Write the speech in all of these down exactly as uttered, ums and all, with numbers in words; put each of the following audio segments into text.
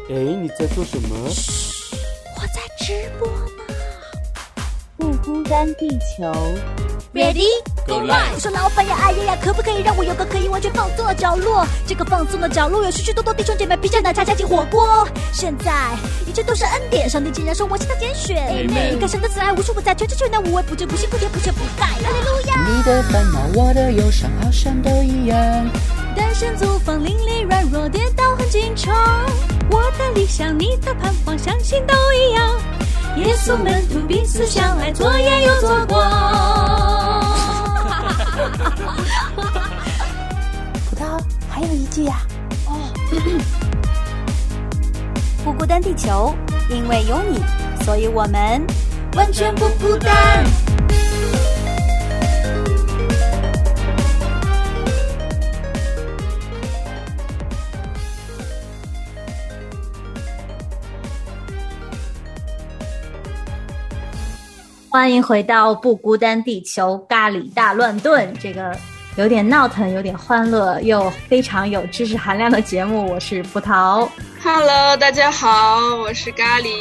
哎，你在做什么？ 嘘，我在直播呢。 不孤单地球 Ready Go live 我说老板呀，哎呀呀，可不可以让我有个可以完全放松的角落？这个放松的角落有许许多多弟兄姐妹披着奶茶加进火锅。现在一切都是恩典，上帝竟然说我是他拣选。Amen 感神的慈爱无处不在，全知全能无微不至，不辛不甜不缺不败。哈利路亚！ 你的烦恼，我的忧伤，好像都一样。 单身租房，邻里软弱，跌倒很紧张。我的理想，你的盼望，相信都一样。耶稣门徒彼此相爱，左眼又左光。 葡萄还有一句呀、啊， 哦，不孤单地球，因为有你，所以我们完全不孤单。欢迎回到不孤单地球咖喱大乱炖，这个有点闹腾有点欢乐又非常有知识含量的节目。我是葡萄。 Hello， 大家好，我是咖喱。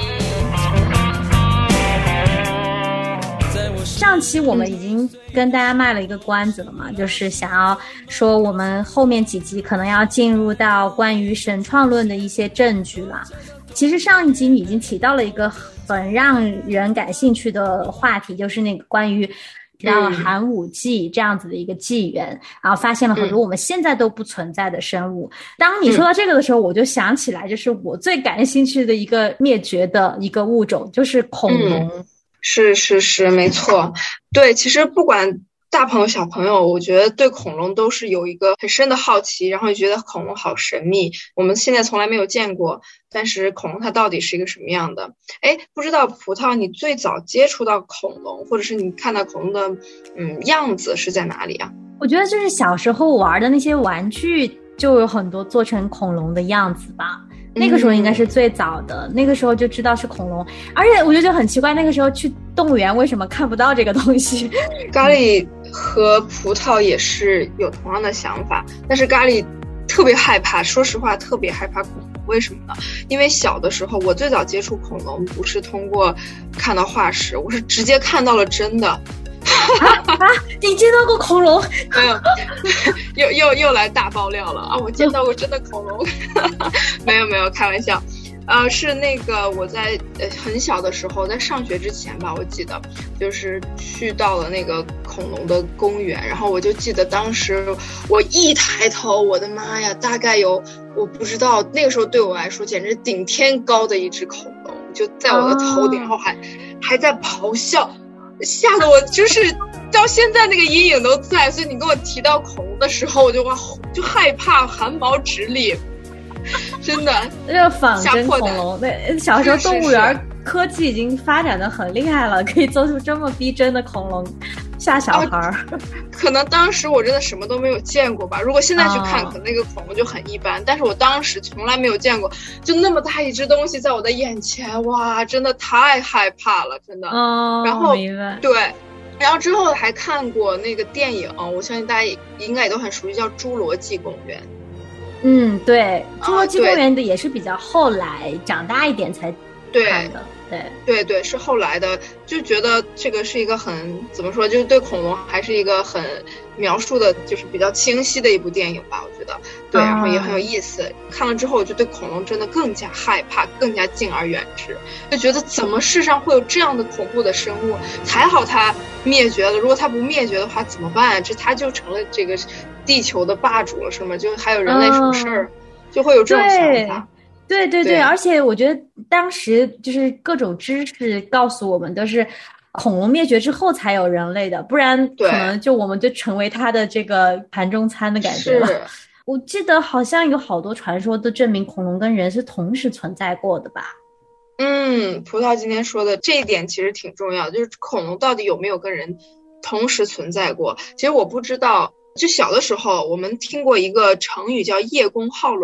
上期我们已经跟大家卖了一个关子了嘛，就是想要说我们后面几集可能要进入到关于神创论的一些证据啦。其实上一集你已经提到了一个很让人感兴趣的话题，就是那个关于到寒武纪这样子的一个纪元、嗯、然后发现了很多我们现在都不存在的生物、嗯、当你说到这个的时候、嗯、我就想起来，就是我最感兴趣的一个灭绝的一个物种，就是恐龙、嗯、 是是是没错。对，其实不管大朋友小朋友，我觉得对恐龙都是有一个很深的好奇，然后也觉得恐龙好神秘，我们现在从来没有见过，但是恐龙它到底是一个什么样的？哎，不知道葡萄你最早接触到恐龙，或者是你看到恐龙的嗯样子是在哪里啊？ 我觉得就是小时候玩的那些玩具就有很多做成恐龙的样子吧，那个时候应该是最早的、嗯、那个时候就知道是恐龙。而且我就觉得很奇怪，那个时候去动物园为什么看不到这个东西。 咖喱和葡萄也是有同样的想法，但是咖喱特别害怕，说实话特别害怕恐龙。为什么呢？因为小的时候我最早接触恐龙不是通过看到化石，我是直接看到了真的。 啊啊！你见到过恐龙？ 没有，又又又来大爆料了啊！我见到过真的恐龙。没有没有，开玩笑。呃，是那个我在呃很小的时候，在上学之前吧，我记得就是去到了那个恐龙的公园，然后我就记得当时我一抬头，我的妈呀，大概有我不知道，那个时候对我来说简直顶天高的一只恐龙，就在我的头顶，然后还还在咆哮，吓得我就是到现在那个阴影都在。所以你跟我提到恐龙的时候，我就哇就害怕，汗毛直立。真的， 这个仿真恐龙，对，小时候动物园科技已经发展的很厉害了，可以做出这么逼真的恐龙吓小孩儿、啊。 可能当时我真的什么都没有见过吧，如果现在去看，哦、可能那个恐龙就很一般。但是我当时从来没有见过，就那么大一只东西在我的眼前，哇，真的太害怕了，真的。 哦， 然后明白。 对。然后之后还看过那个电影，我相信大家应该也都很熟悉，叫《侏罗纪公园》。 嗯，对，侏罗纪公园的也是比较后来、啊、长大一点才看的。对对对，是后来的，就觉得这个是一个很怎么说，就是对恐龙还是一个很描述的，就是比较清晰的一部电影吧，我觉得。对，然后也很有意思。嗯、看了之后，我就对恐龙真的更加害怕，更加敬而远之，就觉得怎么世上会有这样的恐怖的生物？还好它灭绝了，如果它不灭绝的话怎么办？这它就成了这个地球的霸主了，是吗？就还有人类什么事儿、嗯，就会有这种想法。 对对 对, 对，而且我觉得当时就是各种知识告诉我们都是恐龙灭绝之后才有人类的，不然可能就我们就成为它的这个盘中餐的感觉了。我记得好像有好多传说都证明恐龙跟人是同时存在过的吧。 嗯，葡萄今天说的这一点其实挺重要，就是恐龙到底有没有跟人同时存在过。其实我不知道，就小的时候我们听过一个成语叫叶公好龙，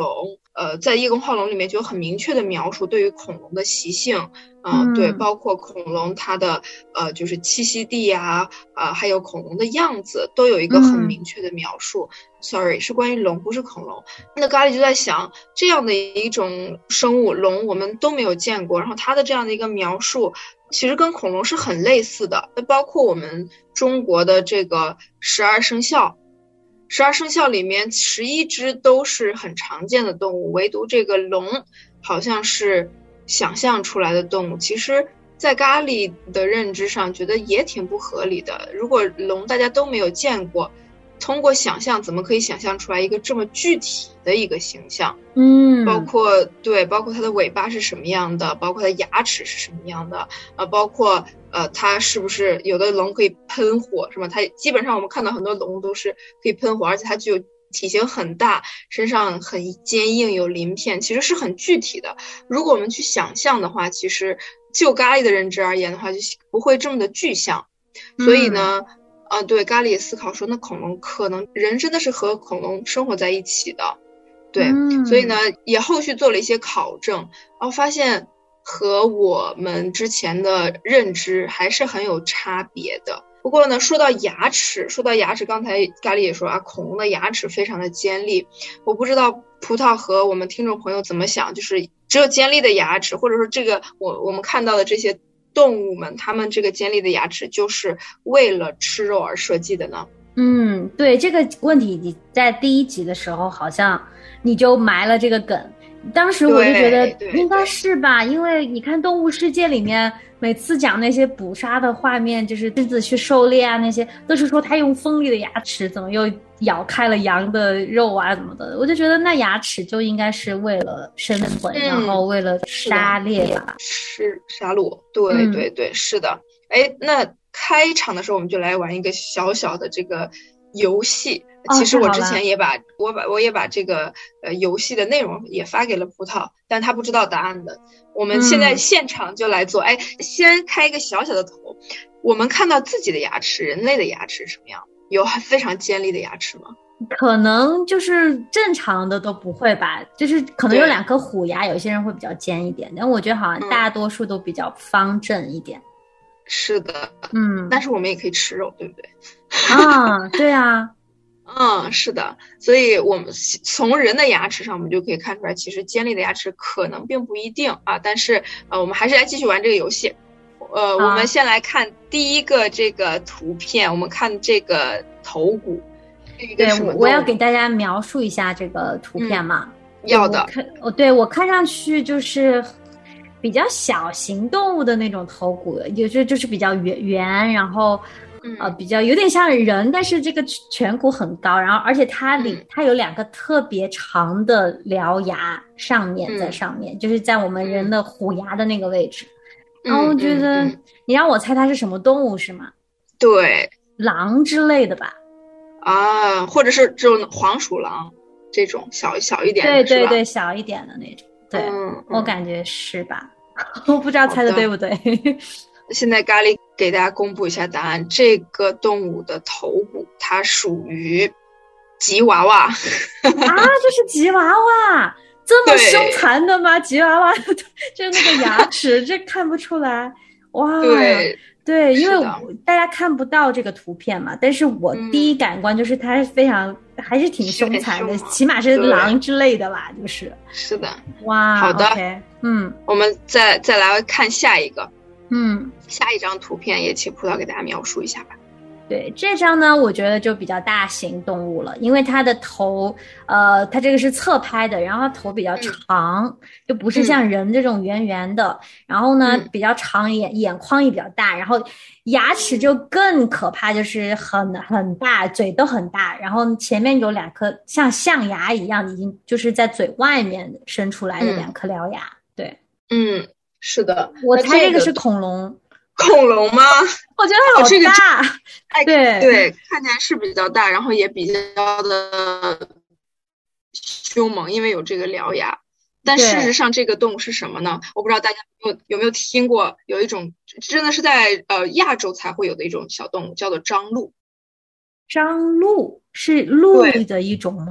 呃，在叶公好龙里面就有很明确的描述对于恐龙的习性，呃、 嗯， 对，包括恐龙它的呃就是栖息地啊，啊、呃、还有恐龙的样子都有一个很明确的描述。嗯、Sorry， 是关于龙，不是恐龙。那咖喱就在想，这样的一种生物龙我们都没有见过，然后它的这样的一个描述其实跟恐龙是很类似的，包括我们中国的这个十二生肖。十二生肖里面十一只都是很常见的动物，唯独这个龙好像是想象出来的动物。其实在咖喱的认知上觉得也挺不合理的，如果龙大家都没有见过，通过想象怎么可以想象出来一个这么具体的一个形象？ 嗯， 包括对，包括它的尾巴是什么样的，包括它的牙齿是什么样的，呃，包括呃，它是不是有的龙可以喷火，是吗？它基本上我们看到很多龙都是可以喷火，而且它具有体型很大，身上很坚硬，有鳞片，其实是很具体的。如果我们去想象的话，其实就咖喱的认知而言的话，就不会这么的具象。所以呢，嗯呃，对，咖喱也思考说，那恐龙可能人真的是和恐龙生活在一起的，对，嗯、所以呢，也后续做了一些考证，然后发现和我们之前的认知还是很有差别的。不过呢，说到牙齿，说到牙齿，刚才咖喱也说啊，恐龙的牙齿非常的尖利，我不知道葡萄和我们听众朋友怎么想，就是只有尖利的牙齿，或者说这个我我们看到的这些动物们，它们这个尖利的牙齿就是为了吃肉而设计的呢？ 嗯，对，这个问题你在第一集的时候好像你就埋了这个梗，当时我就觉得应该是吧，因为你看动物世界里面每次讲那些捕杀的画面，就是狮子去狩猎啊，那些都是说他用锋利的牙齿怎么又咬开了羊的肉啊怎么的，我就觉得那牙齿就应该是为了生存、嗯、然后为了杀猎吧， 是杀戮，对、嗯、对对，是的。哎，那开场的时候我们就来玩一个小小的这个游戏，其实我之前也把、哦、我把我也把这个呃游戏的内容也发给了葡萄，但他不知道答案的。我们现在现场就来做，嗯、哎，先开一个小小的头，我们看到自己的牙齿，人类的牙齿是什么样？有非常尖利的牙齿吗？ 可能就是正常的都不会吧，就是可能有两颗虎牙，有些人会比较尖一点，但我觉得好像大多数都比较方正一点。嗯， 是的， 嗯， 但是我们也可以吃肉，对不对？ 啊，对啊， 嗯，是的，所以我们从人的牙齿上，我们就可以看出来，其实尖利的牙齿可能并不一定啊。但是呃，我们还是来继续玩这个游戏。呃，啊、我们先来看第一个这个图片，我们看这个头骨。 对，我要给大家描述一下这个图片嘛。 嗯、要的。 我对我看上去就是比较小型动物的那种头骨，也就就是比较圆圆，然后、嗯、呃比较有点像人，但是这个颧骨很高，然后而且它里、嗯、它有两个特别长的獠牙上面、嗯、在上面，就是在我们人的虎牙的那个位置。嗯、然后我觉得、嗯嗯、你让我猜它是什么动物是吗？ 对， 狼之类的吧。 啊，或者是这种黄鼠狼这种小小一点的， 对对对，小一点的那种。对、嗯，我感觉是吧？我不知道猜的对不对。 现在咖喱给大家公布一下答案，这个动物的头骨它属于吉娃娃。啊，这是吉娃娃，这么凶残的吗？吉娃娃就那个牙齿，这看不出来。哇， 对。 对，因为大家看不到这个图片嘛，但是我第一感官就是它非常、嗯、还是挺凶残的，起码是狼之类的啦，就是是的。 哇， 好的， okay, 嗯， 我们再再来看下一个， 嗯， 下一张图片也请葡萄给大家描述一下吧。 对，这张呢我觉得就比较大型动物了，因为它的头呃它这个是侧拍的，然后它头比较长、嗯、就不是像人这种圆圆的、嗯、然后呢、嗯、比较长，眼眼眶也比较大，然后牙齿就更可怕，就是很很大，嘴都很大，然后前面有两颗像象牙一样已经就是在嘴外面伸出来的两颗獠牙、嗯、对， 嗯，是的， 我猜这个是恐龙。 恐龙吗？ 我觉得好大、哦这个哎、 对对，看起来是比较大，然后也比较的凶猛，因为有这个獠牙。但事实上这个动物是什么呢？我不知道大家有有没有听过，有一种真的是在呃亚洲才会有的一种小动物，叫做獐鹿。 獐鹿是鹿的一种吗？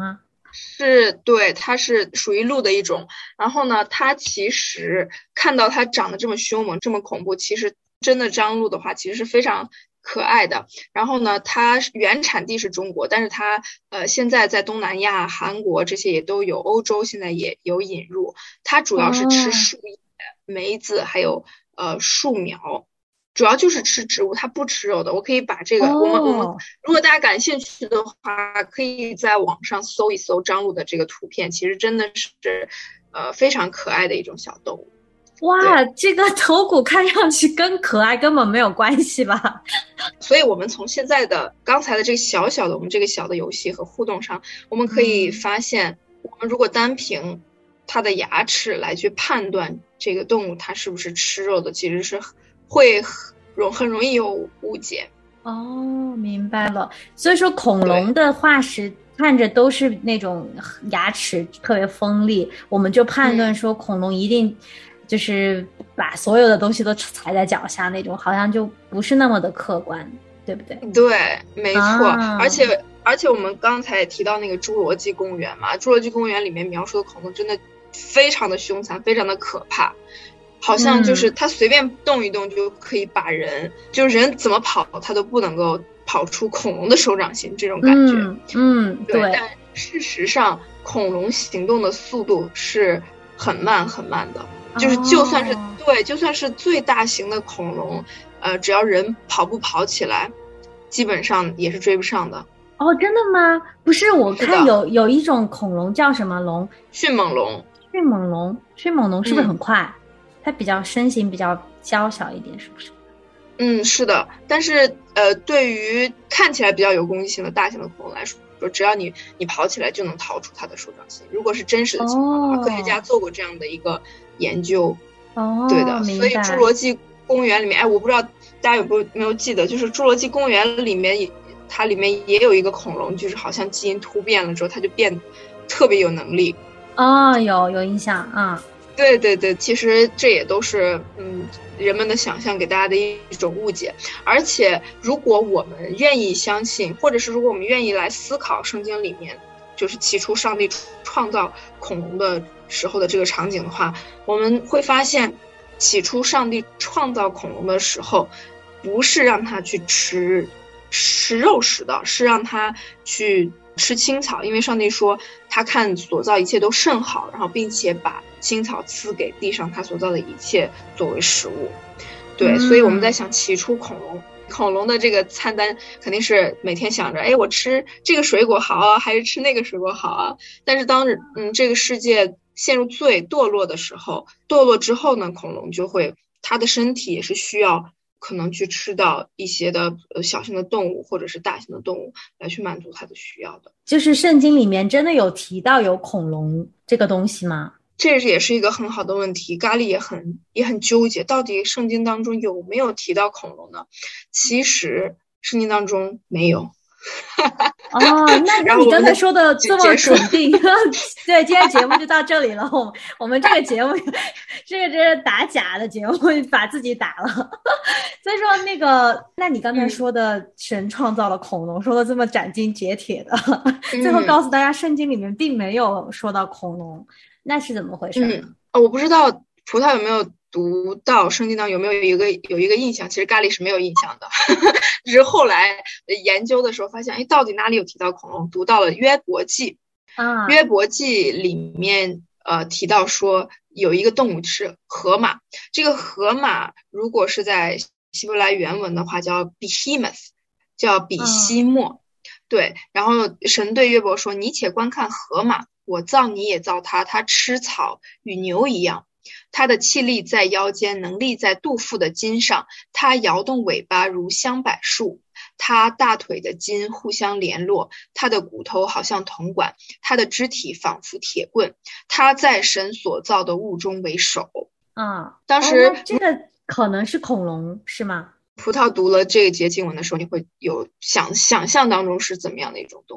是，对，它是属于鹿的一种。然后呢，它其实看到它长得这么凶猛、这么恐怖，其实真的张鹿的话，其实是非常可爱的。然后呢，它原产地是中国，但是它呃现在在东南亚、韩国这些也都有，欧洲现在也有引入。它主要是吃树叶、梅子，还有呃树苗。主要就是吃植物，它不吃肉的。我可以把这个，我们我们如果大家感兴趣的话，可以在网上搜一搜张鹿的这个图片，其实真的是呃非常可爱的一种小动物。 哇，这个头骨看上去跟可爱根本没有关系吧？ 所以我们从现在的刚才的这个小小的我们这个小的游戏和互动上，我们可以发现，我们如果单凭它的牙齿来去判断这个动物它是不是吃肉的，其实是会容很容易有误解。 哦，明白了。所以说恐龙的化石看着都是那种牙齿特别锋利，我们就判断说恐龙一定就是把所有的东西都踩在脚下那种，好像就不是那么的客观，对不对？ 对，没错。 啊、 而且而且我们刚才也提到那个侏罗纪公园嘛，侏罗纪公园里面描述的恐龙真的非常的凶残，非常的可怕。好像就是它随便动一动就可以把人、嗯、就是人怎么跑它都不能够跑出恐龙的手掌心这种感觉。 嗯, 嗯 对, 对，但事实上恐龙行动的速度是很慢很慢的、哦、就是就算是对就算是最大型的恐龙，呃，只要人跑步跑起来基本上也是追不上的。 哦，真的吗？不是，我看有有一种恐龙叫什么龙？ 迅猛龙。 迅猛龙，迅猛龙是不是很快？嗯，它比较身形比较娇小一点，是不是？ 嗯，是的。但是呃，对于看起来比较有攻击性的大型的恐龙来说，只要你你跑起来就能逃出它的手掌心。如果是真实的情况的话，哦、科学家做过这样的一个研究。 哦， 对的。所以侏罗纪公园里面，哎，我不知道大家有没有记得，就是侏罗纪公园里面，它里面也有一个恐龙，就是好像基因突变了之后，它就变特别有能力。 哦，有有印象啊。 对对对，其实这也都是嗯人们的想象给大家的一种误解。而且如果我们愿意相信，或者是如果我们愿意来思考圣经里面就是起初上帝创造恐龙的时候的这个场景的话，我们会发现起初上帝创造恐龙的时候不是让它去吃吃肉食的，是让它去吃青草。因为上帝说他看所造一切都甚好，然后并且把青草赐给地上他所造的一切作为食物。对、嗯、所以我们在想起初恐龙恐龙的这个餐单肯定是每天想着，哎，我吃这个水果好啊，还是吃那个水果好啊。但是当嗯这个世界陷入罪堕落的时候，堕落之后呢，恐龙就会它的身体也是需要可能去吃到一些的呃小型的动物或者是大型的动物来去满足它的需要的。 就是圣经里面真的有提到有恐龙这个东西吗？ 这也是一个很好的问题，咖喱也很也很纠结，到底圣经当中有没有提到恐龙呢？其实圣经当中没有。 哦，那那你刚才说的这么肯定，对，今天节目就到这里了。我们我们这个节目，这个真是打假的节目，把自己打了。所以说，那个，那你刚才说的神创造了恐龙，说的这么斩钉截铁的，嗯、最后告诉大家，圣经里面并没有说到恐龙，那是怎么回事呢？ 嗯，哦，我不知道葡萄有没有读到圣经当中有没有一个有一个印象，其实咖喱是没有印象的。只是后来研究的时候发现，哎，到底哪里有提到恐龙？读到了约伯记啊， 约伯记里面呃提到说有一个动物是河马，这个河马如果是在希伯来原文的话叫 behemoth， 叫比西莫、嗯、对。然后神对约伯说，你且观看河马，我造你也造它，它吃草与牛一样，它的气力在腰间，能力在肚腹的筋上，它摇动尾巴如香柏树，它大腿的筋互相联络，它的骨头好像铜管，它的肢体仿佛铁棍，它在神所造的物中为首。 啊， 当时、 哦、这个可能是恐龙是吗？ 葡萄读了这一节经文的时候，你会有想想象当中是怎么样的一种动物？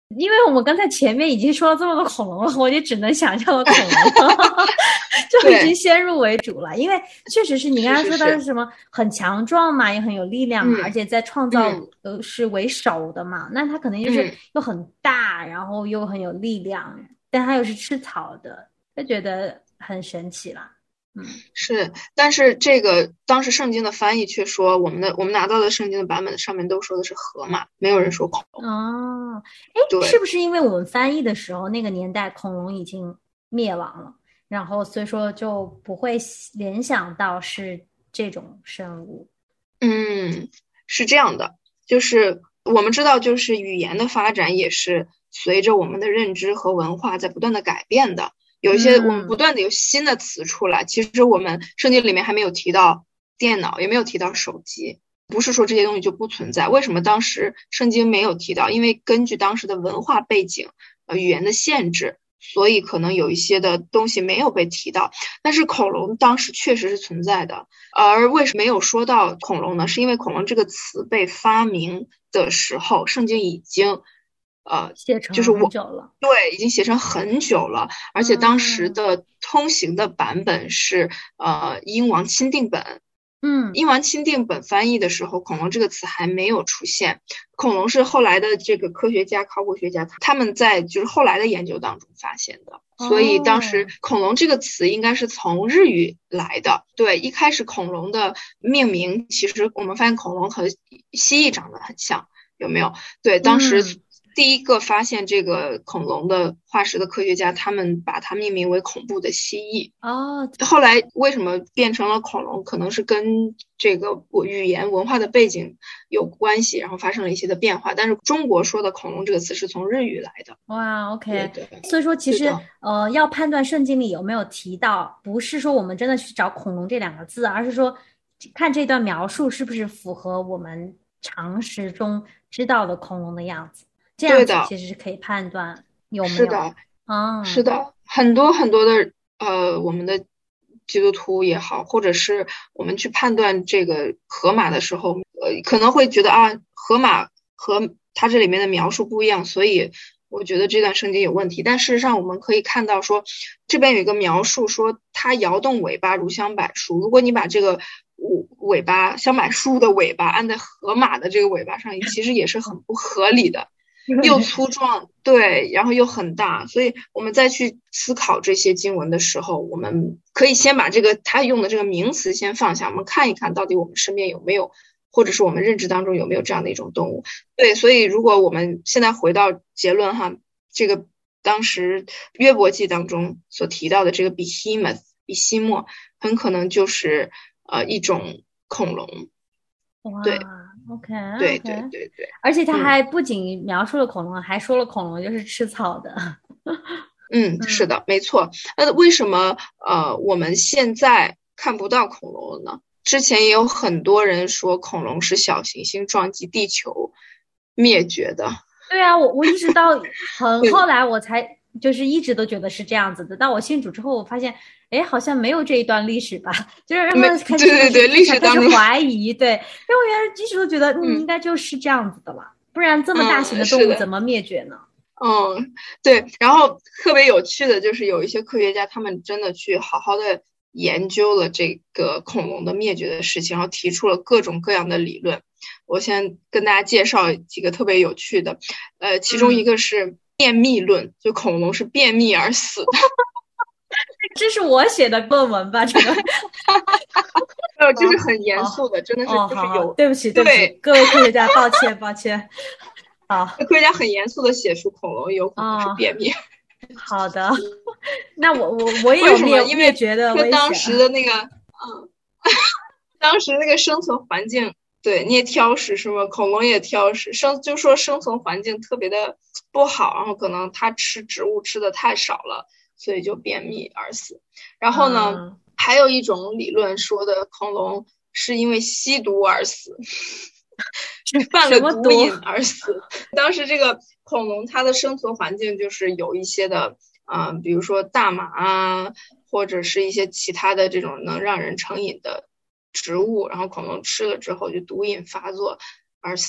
因为我们刚才前面已经说了这么多恐龙了，我就只能想象到恐龙了，就已经先入为主了。因为确实是你刚才说的是什么很强壮嘛，也很有力量嘛， 嗯、 而且在创造、 嗯、 呃是为首的嘛，那它可能就是又很大，嗯、然后又很有力量，但它又是吃草的，就觉得很神奇啦。嗯， 是，但是这个当时圣经的翻译却说，我们的我们拿到的圣经的版本上面都说的是河马，没有人说恐龙。 哦，哎，是不是因为我们翻译的时候那个年代恐龙已经灭亡了，然后所以说就不会联想到是这种生物？ 嗯，是这样的，就是我们知道，就是语言的发展也是随着我们的认知和文化在不断的改变的。有一些我们不断的有新的词出来，嗯、其实我们圣经里面还没有提到电脑，也没有提到手机，不是说这些东西就不存在。为什么当时圣经没有提到？因为根据当时的文化背景、呃语言的限制，所以可能有一些的东西没有被提到。但是恐龙当时确实是存在的，而为什么没有说到恐龙呢？是因为恐龙这个词被发明的时候，圣经已经呃， 写成就是我很久了， 对，已经写成很久了，而且当时的通行的版本是、嗯、呃英王钦定本。 嗯， 英王钦定本翻译的时候，恐龙这个词还没有出现。恐龙是后来的这个科学家、考古学家他们在就是后来的研究当中发现的， 哦、 所以当时恐龙这个词应该是从日语来的。对，一开始恐龙的命名，其实我们发现恐龙和蜥蜴长得很像，有没有？对，当时、嗯。第一个发现这个恐龙的化石的科学家，他们把它命名为恐怖的蜥蜴。 哦， 后来为什么变成了恐龙？可能是跟这个语言文化的背景有关系，然后发生了一些的变化。但是中国说的恐龙这个词是从日语来的。 哇 ，OK， 对对， 所以说其实呃，要判断圣经里有没有提到，不是说我们真的去找恐龙这两个字，而是说看这段描述是不是符合我们常识中知道的恐龙的样子。这样子其实是可以判断有没有。 是的， 嗯， 是的，很多很多的呃，我们的基督徒也好，或者是我们去判断这个河马的时候，呃，可能会觉得啊，河马和它这里面的描述不一样，所以我觉得这段圣经有问题。但事实上我们可以看到说，这边有一个描述说它摇动尾巴如香柏树，如果你把这个尾巴香柏树的尾巴按在河马的这个尾巴上，其实也是很不合理的。又粗壮，对，然后又很大，所以我们再去思考这些经文的时候，我们可以先把这个他用的这个名词先放下，我们看一看到底我们身边有没有，或者是我们认知当中有没有这样的一种动物。对，所以如果我们现在回到结论哈，这个当时约伯记当中所提到的这个 behemoth 比西莫，很可能就是呃一种恐龙。对。 OK， 对对对对， 而且他还不仅描述了恐龙，嗯、还说了恐龙就是吃草的。 嗯，是的，没错。那为什么呃我们现在看不到恐龙了呢？之前也有很多人说恐龙是小行星撞击地球灭绝的。 对啊，我我一直到很后来我才就是一直都觉得是这样子的。到我信主之后，我发现。哎，好像没有这一段历史吧？就是人们开始对对对，历史当中怀疑，对，因为我原来一直都觉得，嗯，应该就是这样子的了，不然这么大型的动物怎么灭绝呢？ 嗯，对。然后特别有趣的就是有一些科学家，他们真的去好好的研究了这个恐龙的灭绝的事情，然后提出了各种各样的理论。我先跟大家介绍几个特别有趣的，呃，其中一个是便秘论，嗯、就恐龙是便秘而死的。 这是我写的论文吧？这个， 呃，这是很严肃的，哦、真的是就是有、 哦、对不起，对不起，各位科学家，抱歉，抱歉。好， 科学家很严肃的写出恐龙有可能是便秘。 哦、好的，那我我我也有灭因为觉得当时的那个，嗯，当时那个生存环境，对，你也挑食是吗？恐龙也挑食，生就说生存环境特别的不好，然后可能它吃植物吃的太少了。所以就便秘而死。然后呢、嗯、还有一种理论说的恐龙是因为吸毒而死犯了毒瘾而死。当时这个恐龙它的生存环境就是有一些的嗯、呃，比如说大麻啊，或者是一些其他的这种能让人成瘾的植物，然后恐龙吃了之后就毒瘾发作而死。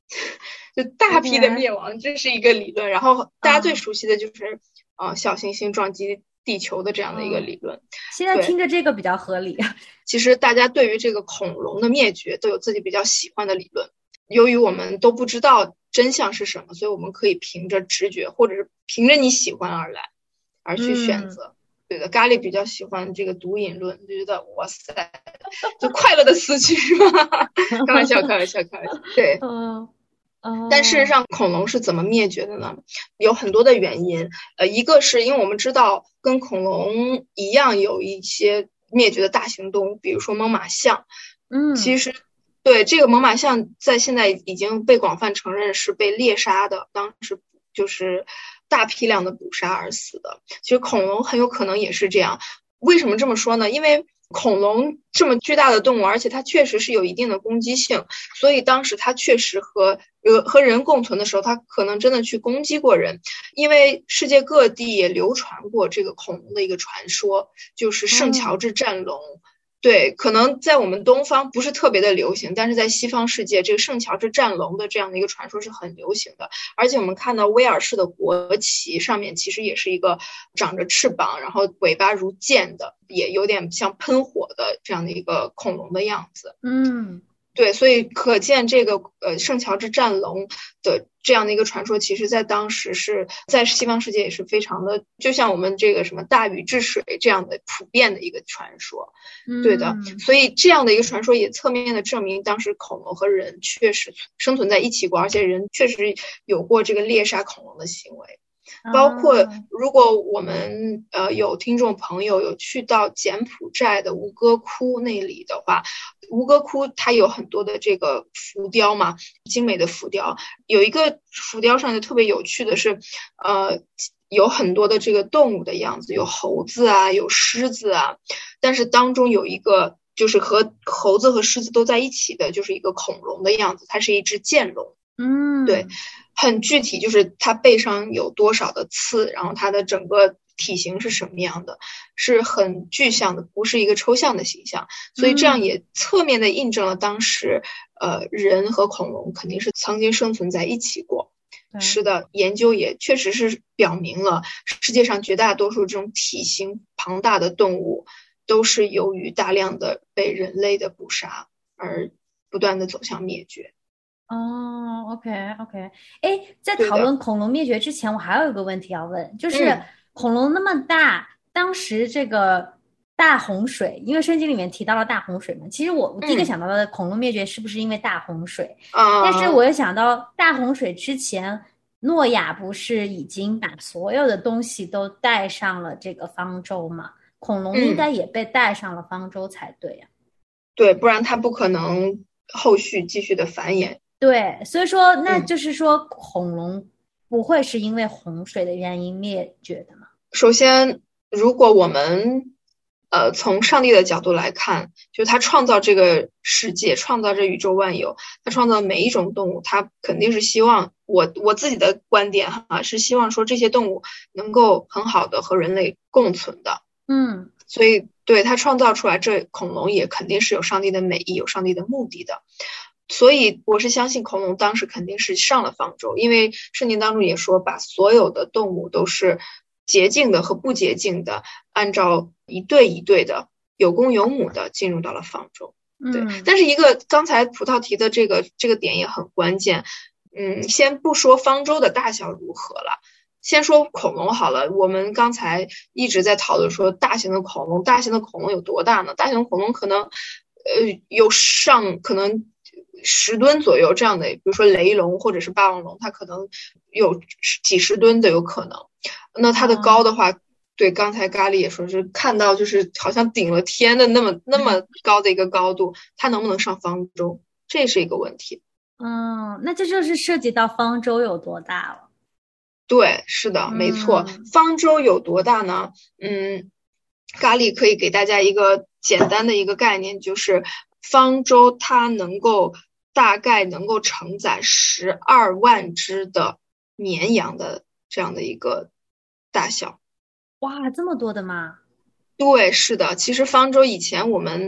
就大批的灭亡，这是一个理论。然后大家最熟悉的就是、嗯、呃小行星撞击地球的这样的一个理论。 现在听着这个比较合理。 其实大家对于这个恐龙的灭绝都有自己比较喜欢的理论，由于我们都不知道真相是什么，所以我们可以凭着直觉或者是凭着你喜欢而来而去选择、嗯、对的。咖喱比较喜欢这个毒瘾论，就觉得哇塞就快乐的死去是吧开玩笑开玩笑开玩笑对、 嗯哦、 但事实上恐龙是怎么灭绝的呢？有很多的原因，呃，一个是因为我们知道跟恐龙一样有一些灭绝的大型动物，比如说猛犸象。 嗯， 其实对这个猛犸象在现在已经被广泛承认是被猎杀的，当时就是大批量的捕杀而死的。其实恐龙很有可能也是这样。为什么这么说呢？因为恐龙这么巨大的动物，而且它确实是有一定的攻击性，所以当时它确实和呃和人共存的时候，它可能真的去攻击过人。因为世界各地也流传过这个恐龙的一个传说，就是圣乔治战龙、嗯、对，可能在我们东方不是特别的流行，但是在西方世界这个圣乔治战龙的这样的一个传说是很流行的。而且我们看到威尔士的国旗上面其实也是一个长着翅膀然后尾巴如剑的，也有点像喷火的这样的一个恐龙的样子。 嗯， 对，所以可见这个呃圣乔治战龙的这样的一个传说，其实在当时是在西方世界也是非常的，就像我们这个什么大禹治水这样的普遍的一个传说。 嗯、 对的，所以这样的一个传说也侧面的证明当时恐龙和人确实生存在一起过，而且人确实有过这个猎杀恐龙的行为。包括如果我们呃有听众朋友有去到柬埔寨的吴哥窟那里的话，吴哥窟它有很多的这个浮雕嘛，精美的浮雕。有一个浮雕上就特别有趣的是呃有很多的这个动物的样子，有猴子啊，有狮子啊，但是当中有一个就是和猴子和狮子都在一起的，就是一个恐龙的样子，它是一只剑龙。 嗯， 对，很具体，就是它背上有多少的刺，然后它的整个体型是什么样的，是很具象的，不是一个抽象的形象。所以这样也侧面的印证了当时、嗯、呃人和恐龙肯定是曾经生存在一起过。是的，研究也确实是表明了世界上绝大多数这种体型庞大的动物都是由于大量的被人类的捕杀而不断的走向灭绝。 哦 OK OK， 哎，在讨论恐龙灭绝之前，我还有一个问题要问，就是、嗯、恐龙那么大，当时这个大洪水，因为圣经里面提到了大洪水嘛，其实我我第一个想到的恐龙灭绝是不是因为大洪水、嗯、但是我又想到大洪水之前诺亚不是已经把所有的东西都带上了这个方舟嘛，恐龙应该也被带上了方舟才对呀、啊嗯、 对，不然它不可能后续继续的繁衍。 对，所以说那就是说、嗯、恐龙不会是因为洪水的原因灭绝的吗？ 首先如果我们呃从上帝的角度来看，就他创造这个世界，创造这宇宙万有，他创造每一种动物，他肯定是希望我我自己的观点哈，是希望说这些动物能够很好的和人类共存的。 嗯， 所以对他创造出来这恐龙也肯定是有上帝的美意，有上帝的目的的。所以我是相信恐龙当时肯定是上了方舟，因为圣经当中也说把所有的动物都是洁净的和不洁净的按照一对一对的有公有母的进入到了方舟。对、嗯，但是一个刚才葡萄提的这个这个点也很关键。嗯，先不说方舟的大小如何了，先说恐龙好了。我们刚才一直在讨论说大型的恐龙，大型的恐龙有多大呢？大型的恐龙可能呃有上可能十吨左右这样的，比如说雷龙或者是霸王龙，它可能有几十吨的有可能。那它的高的话、嗯、对，刚才咖喱也说是看到就是好像顶了天的那么那么高的一个高度，它能不能上方舟，这是一个问题。 嗯，那这就是涉及到方舟有多大了。 对，是的，没错、嗯、方舟有多大呢？嗯，咖喱可以给大家一个简单的一个概念，就是方舟它能够大概能够承载十二万只的绵羊的这样的一个大小。 哇，这么多的吗？ 对，是的，其实方舟以前我们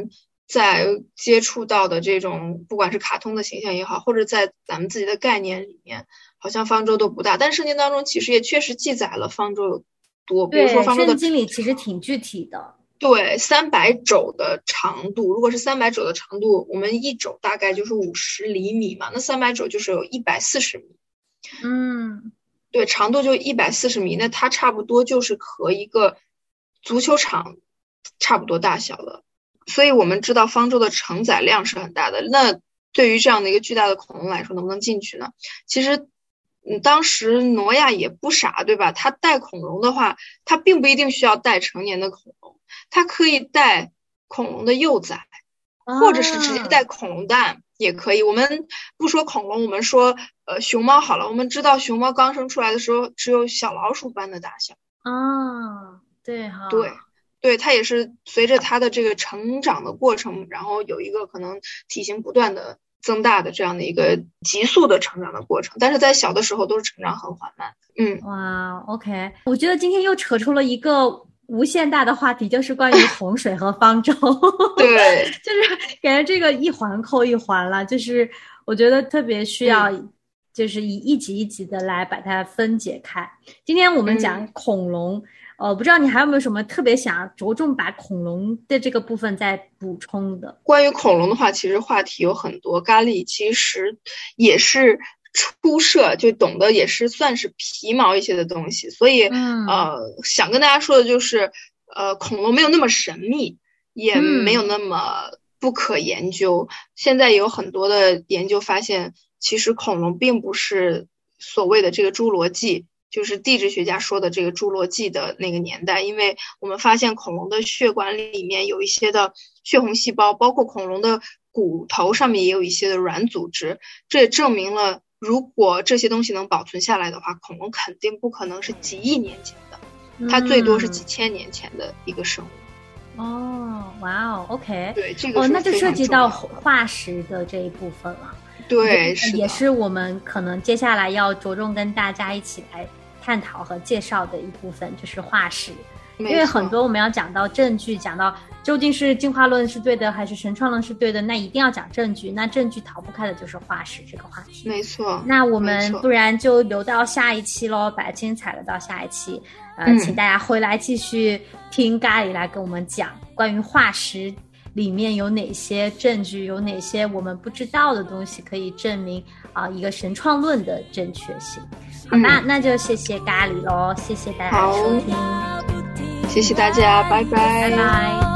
在接触到的这种不管是卡通的形象也好，或者在咱们自己的概念里面，好像方舟都不大，但圣经当中其实也确实记载了方舟有多，比如说方舟的圣经里其实挺具体的。 对，三百肘的长度，如果是三百肘的长度，我们一肘大概就是五十厘米嘛，那三百肘就是有一百四十米。 嗯， 对，长度就一百四十米，那它差不多就是和一个足球场差不多大小了。所以我们知道方舟的承载量是很大的。那对于这样的一个巨大的恐龙来说，能不能进去呢？其实嗯，当时挪亚也不傻，对吧？他带恐龙的话，他并不一定需要带成年的恐龙，他可以带恐龙的幼崽，或者是直接带恐龙蛋也可以。我们不说恐龙，我们说呃熊猫好了。我们知道熊猫刚生出来的时候只有小老鼠般的大小。 啊，对哈， 对。对，它也是随着它的这个成长的过程，然后有一个可能体型不断的增大的这样的一个急速的成长的过程，但是在小的时候都是成长很缓慢。嗯， 哇 ，OK， 我觉得今天又扯出了一个无限大的话题，就是关于洪水和方舟。 对， 就是感觉这个一环扣一环了，就是我觉得特别需要，就是以一集一集的来把它分解开。今天我们讲恐龙。嗯呃，不知道你还有没有什么特别想着重把恐龙的这个部分再补充的？ 关于恐龙的话，其实话题有很多。咖喱其实也是初涉，就懂得也是算是皮毛一些的东西，所以、嗯、呃，想跟大家说的就是，呃，恐龙没有那么神秘，也没有那么不可研究。嗯、现在有很多的研究发现，其实恐龙并不是所谓的这个侏罗纪。就是地质学家说的这个侏罗纪的那个年代，因为我们发现恐龙的血管里面有一些的血红细胞，包括恐龙的骨头上面也有一些的软组织，这也证明了如果这些东西能保存下来的话，恐龙肯定不可能是几亿年前的，它最多是几千年前的一个生物。 哦，哇哦 ，OK， 对，这个哦，那就涉及到化石的这一部分了。 对，是也是我们可能接下来要着重跟大家一起来探讨和介绍的一部分，就是化石。因为很多我们要讲到证据，讲到究竟是进化论是对的还是神创论是对的，那一定要讲证据，那证据逃不开的就是化石这个话题。 没错， 那我们不然就留到下一期咯，把精彩的到下一期。呃、嗯，请大家回来继续听咖喱来跟我们讲关于化石里面有哪些证据，有哪些我们不知道的东西可以证明啊、呃、一个神创论的正确性。好吧、嗯、那就谢谢咖喱咯，谢谢大家收听， 谢谢大家，拜拜， 拜拜。